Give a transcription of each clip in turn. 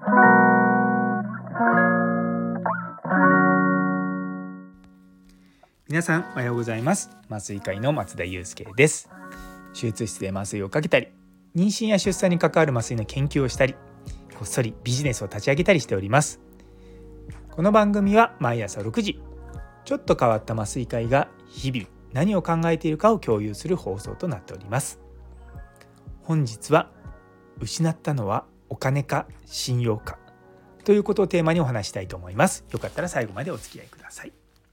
皆さんおはようございます。麻酔科医の松田祐介です。手術室で麻酔をかけたり、妊娠や出産に関わる麻酔の研究をしたり、こっそりビジネスを立ち上げたりしております。この番組は毎朝6時、ちょっと変わった麻酔科医が日々何を考えているかを共有する放送となっております。本日は失ったのはお金か信用かということをテーマにお話したいと思います。よかったら最後までお付き合いください。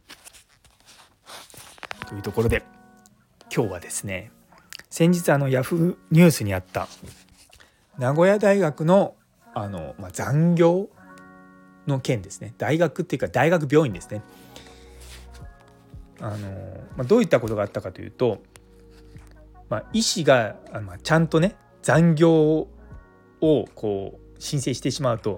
というところで今日はですね、先日ヤフーニュースにあった名古屋大学の残業の件ですね。大学っていうか大学病院ですね。どういったことがあったかというと、医師がちゃんとね残業を申請してしまうと、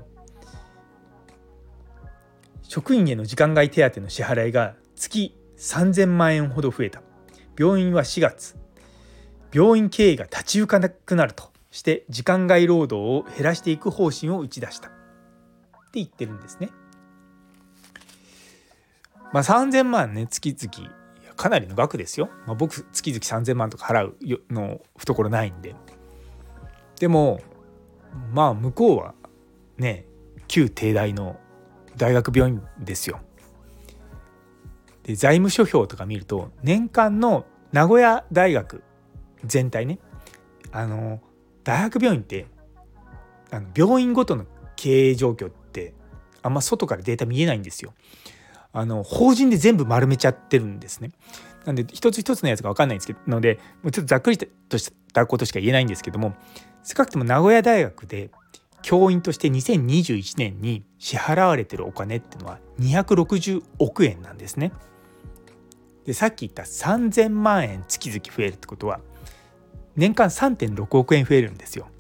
職員への時間外手当の支払いが月3000万円ほど増えた。病院は4月、病院経営が立ち行かなくなるとして時間外労働を減らしていく方針を打ち出したって言ってるんですね。3000万ね、月々かなりの額ですよ。僕月々3000万とか払うの懐ないんで。でも向こうはね、旧帝大の大学病院ですよ。で、財務諸表とか見ると年間の名古屋大学全体ね、大学病院って病院ごとの経営状況ってあんま外からデータ見えないんですよ。法人で全部丸めちゃってるんですね。なんで一つ一つのやつが分かんないんですけどので、もうちょっとざっくりとしたことしか言えないんですけども、少なくとも名古屋大学で教員として2021年に支払われてるお金っていうのは260億円なんですね。で、さっき言った3000万円月々増えるってことは年間 3.6 億円増えるんですよ。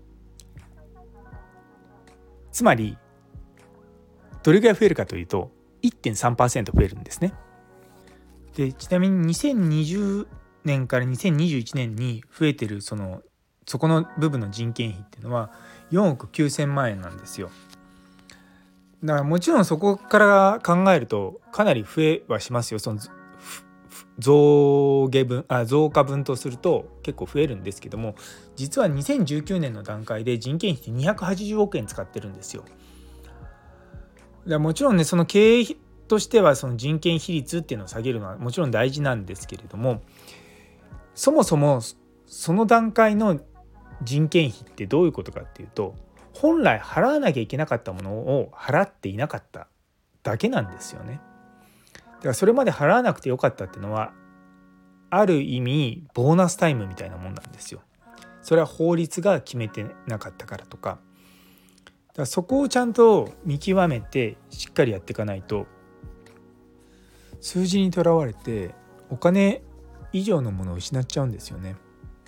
つまりどれぐらい増えるかというと 1.3% 増えるんですね。で、ちなみに2020年から2021年に増えてるそこの部分の人件費っていうのは4億9000万円なんですよ。だからもちろんそこから考えるとかなり増えはしますよ。その増加分とすると結構増えるんですけども、実は2019年の段階で人件費って280億円使ってるんですよ。だからもちろんね、その経営としてはその人件比率っていうのを下げるのはもちろん大事なんですけれども、そもそもその段階の人件費ってどういうことかっていうと、本来払わなきゃいけなかったものを払っていなかっただけなんですよね。だからそれまで払わなくてよかったっていうのはある意味ボーナスタイムみたいなもんなんですよ。それは法律が決めてなかったからとか、だからそこをちゃんと見極めてしっかりやっていかないと、数字にとらわれてお金以上のものを失っちゃうんですよね。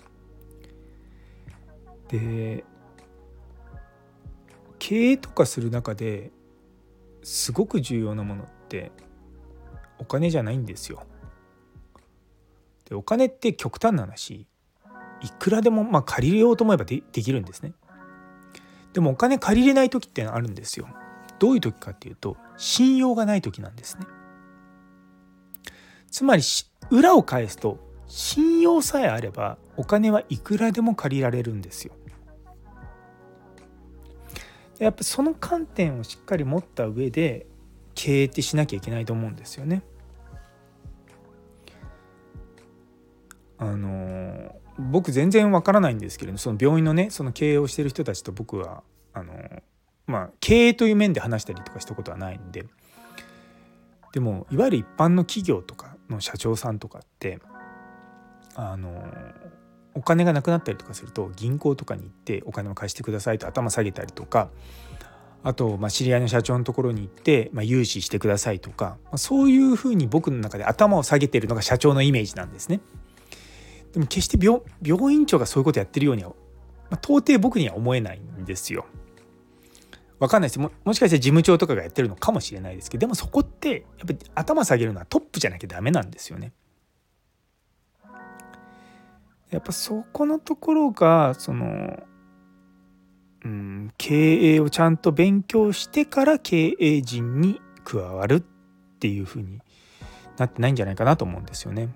で、経営とかする中ですごく重要なものってお金じゃないんですよ。で、お金って極端な話いくらでも借りようと思えばできるんですね。でもお金借りれない時ってのあるんですよ。どういう時かっていうと、信用がない時なんですね。つまり裏を返すと、信用さえあればお金はいくらでも借りられるんですよ。やっぱその観点をしっかり持った上で経営ってしなきゃいけないと思うんですよね。僕全然わからないんですけれど、その病院のね、その経営をしている人たちと僕は経営という面で話したりとかしたことはないんで。でもいわゆる一般の企業とかの社長さんとかってお金がなくなったりとかすると銀行とかに行ってお金を貸してくださいと頭下げたりとか、あと知り合いの社長のところに行って融資してくださいとか、そういうふうに僕の中で頭を下げているのが社長のイメージなんですね。でも決して病院長がそういうことやってるようには、到底僕には思えないんですよ。わかんないです。もしかして事務長とかがやってるのかもしれないですけど、でもそこってやっぱり頭下げるのはトップじゃなきゃダメなんですよね。やっぱそこのところが経営をちゃんと勉強してから経営陣に加わるっていう風になってないんじゃないかなと思うんですよね。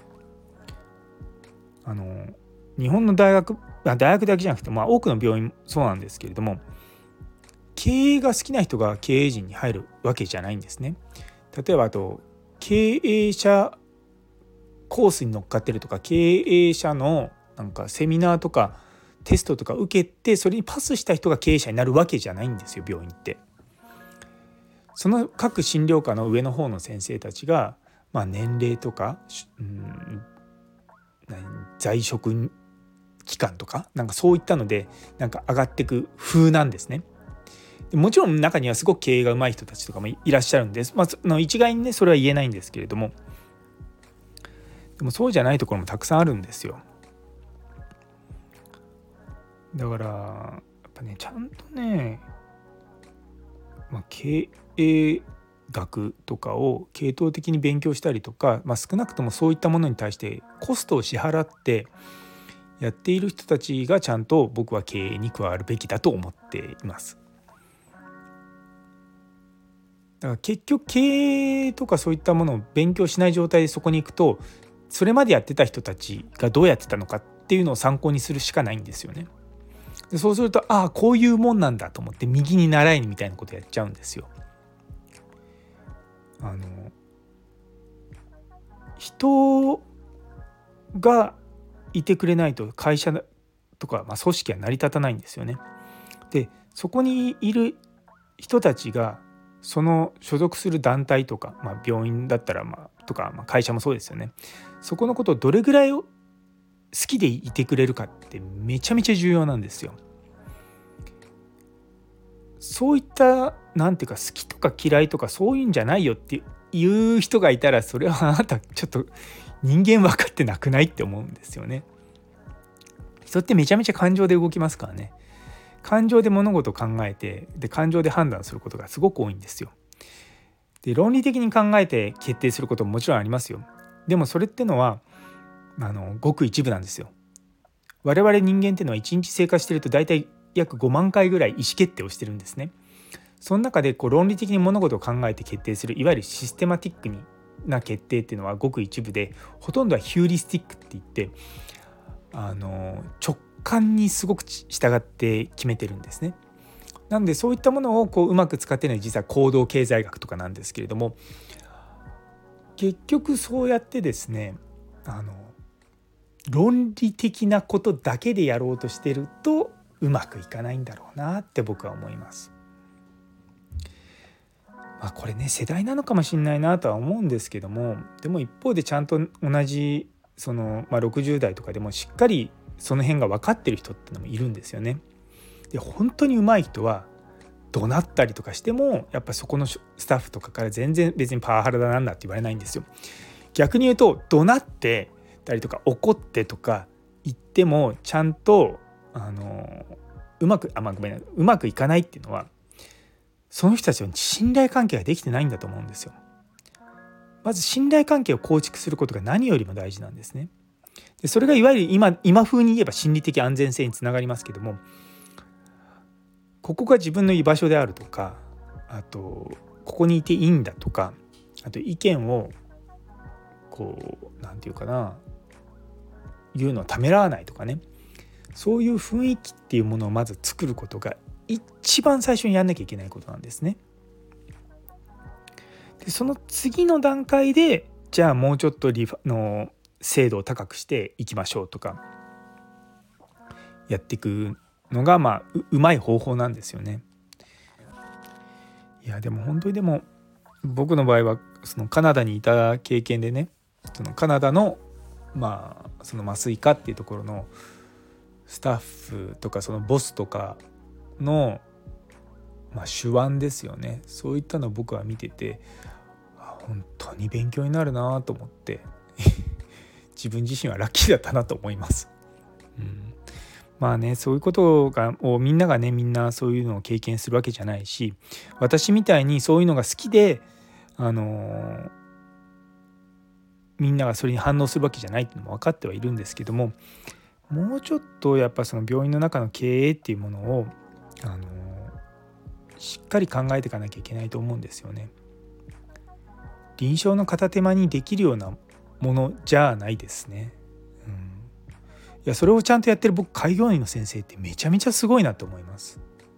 日本の大学だけじゃなくて、多くの病院もそうなんですけれども、経営が好きな人が経営陣に入るわけじゃないんですね。例えば経営者コースに乗っかってるとか、経営者のなんかセミナーとかテストとか受けてそれにパスした人が経営者になるわけじゃないんですよ、病院って。その各診療科の上の方の先生たちが、年齢とか、在職期間とかなんかそういったのでなんか上がっていく風なんですね。もちろん中にはすごく経営が上手い人たちとかもいらっしゃるんです。一概にねそれは言えないんですけれども、でもそうじゃないところもたくさんあるんですよ。だからやっぱねちゃんとね、経営学とかを系統的に勉強したりとか、少なくともそういったものに対してコストを支払ってやっている人たちがちゃんと僕は経営に加わるべきだと思っています。だから結局経営とかそういったものを勉強しない状態でそこに行くと、それまでやってた人たちがどうやってたのかっていうのを参考にするしかないんですよね。でそうするとこういうもんなんだと思って右に習いにみたいなことやっちゃうんですよ。人がいてくれないと会社とか、組織は成り立たないんですよね。でそこにいる人たちがその所属する団体とか、病院だったらとか、会社もそうですよね。そこのことをどれぐらい好きでいてくれるかってめちゃめちゃ重要なんですよ。そういったなんていうか好きとか嫌いとかそういうんじゃないよっていう人がいたら、それはあなたちょっと人間分かってなくないって思うんですよね。人ってめちゃめちゃ感情で動きますからね。感情で物事を考えて、で感情で判断することがすごく多いんですよ。で論理的に考えて決定することももちろんありますよ。でもそれってのはごく一部なんですよ。我々人間っていうのは1日生活していると大体約5万回ぐらい意思決定をしてるんですね。その中で論理的に物事を考えて決定するいわゆるシステマティックな決定っていうのはごく一部で、ほとんどはヒューリスティックって言って直感にすごく従って決めてるんですね。なのでそういったものをうまく使っているのは実は行動経済学とかなんですけれども、結局そうやってですね論理的なことだけでやろうとしてるとうまくいかないんだろうなって僕は思います。これね世代なのかもしれないなとは思うんですけども、でも一方でちゃんと同じ60代とかでもしっかりその辺が分かってる人ってのもいるんですよね。で本当に上手い人は怒鳴ったりとかしてもやっぱそこのスタッフとかから全然別にパワハラだなんだって言われないんですよ。逆に言うと怒鳴ってたりとか怒ってとか言ってもちゃんとうまくいかないっていうのはその人たちの信頼関係ができてないんだと思うんですよ。まず信頼関係を構築することが何よりも大事なんですね。でそれがいわゆる今風に言えば心理的安全性につながりますけども、ここが自分の居場所であるとか、あとここにいていいんだとか、あと意見をなんていうかな言うのをためらわないとかね、そういう雰囲気っていうものをまず作ることが一番最初にやんなきゃいけないことなんですね。でその次の段階でじゃあもうちょっと精度を高くしていきましょうとかやっていくのがうまい方法なんですよね。いやでも本当に僕の場合はそのカナダにいた経験でね、そのカナダのその麻酔科っていうところのスタッフとかそのボスとかの手腕ですよね。そういったのを僕は見てて本当に勉強になるなと思って自分自身はラッキーだったなと思います。そういうことをみんながねみんなそういうのを経験するわけじゃないし、私みたいにそういうのが好きでみんながそれに反応するわけじゃないっていうのも分かってはいるんですけども、もうちょっとやっぱその病院の中の経営っていうものをしっかり考えていかなきゃいけないと思うんですよね。臨床の片手間にできるようなものじゃないですね。いやそれをちゃんとやってる僕開業医の先生ってめちゃめちゃすごいなと思います。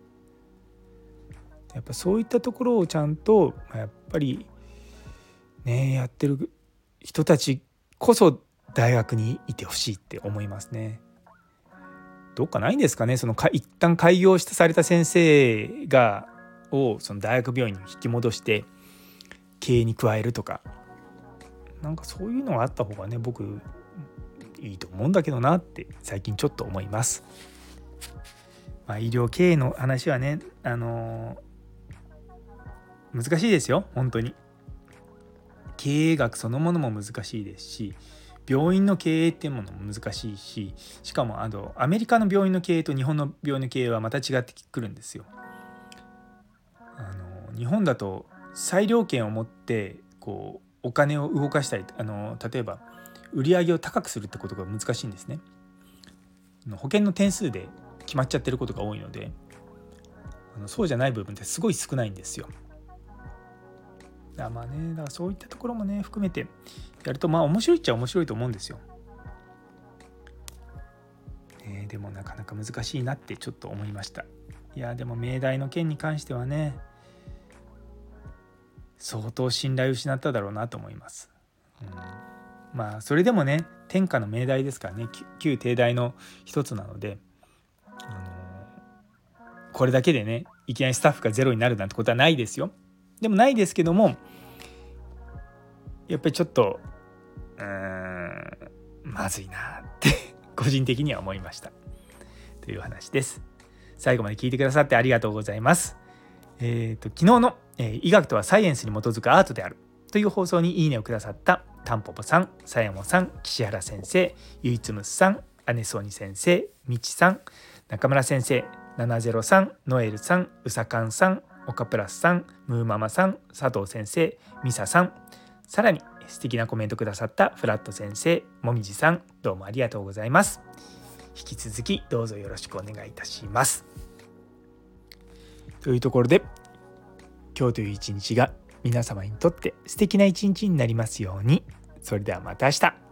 やっぱそういったところをちゃんとやっぱりねやってる人たちこそ大学にいてほしいって思いますね。どっかないんですかね、その一旦開業された先生をその大学病院に引き戻して経営に加えるとか、なんかそういうのがあった方がね僕いいと思うんだけどなって最近ちょっと思います。医療経営の話はね難しいですよ本当に。経営学そのものも難しいですし、病院の経営っていうものも難しいし、しかもアメリカの病院の経営と日本の病院の経営はまた違ってくるんですよ。日本だと裁量権を持ってこうお金を動かしたり、例えば売り上げを高くするってことが難しいんですね。保険の点数で決まっちゃってることが多いので、そうじゃない部分ってすごい少ないんですよ。だからそういったところもね含めてやると面白いっちゃ面白いと思うんですよ。でもなかなか難しいなってちょっと思いました。いやでも明大の件に関してはね相当信頼を失っただろうなと思います。それでもね天下の明大ですからね、旧帝大の一つなので、これだけでねいきなりスタッフがゼロになるなんてことはないですよ。でもないですけどもやっぱりちょっとまずいなって個人的には思いましたという話です。最後まで聞いてくださってありがとうございます。昨日の、医学とはサイエンスに基づくアートであるという放送にいいねをくださったタンポポさん、さやもさん、岸原先生、ゆいつむさん、姉そうに先生、みちさん、中村先生、703、ノエルさん、うさかんさん、オカプラスさん、ムーママさん、佐藤先生、ミサさん、さらに素敵なコメントくださったフラット先生、もみじさん、どうもありがとうございます。引き続きどうぞよろしくお願いいたします。というところで今日という一日が皆様にとって素敵な一日になりますように。それではまた明日。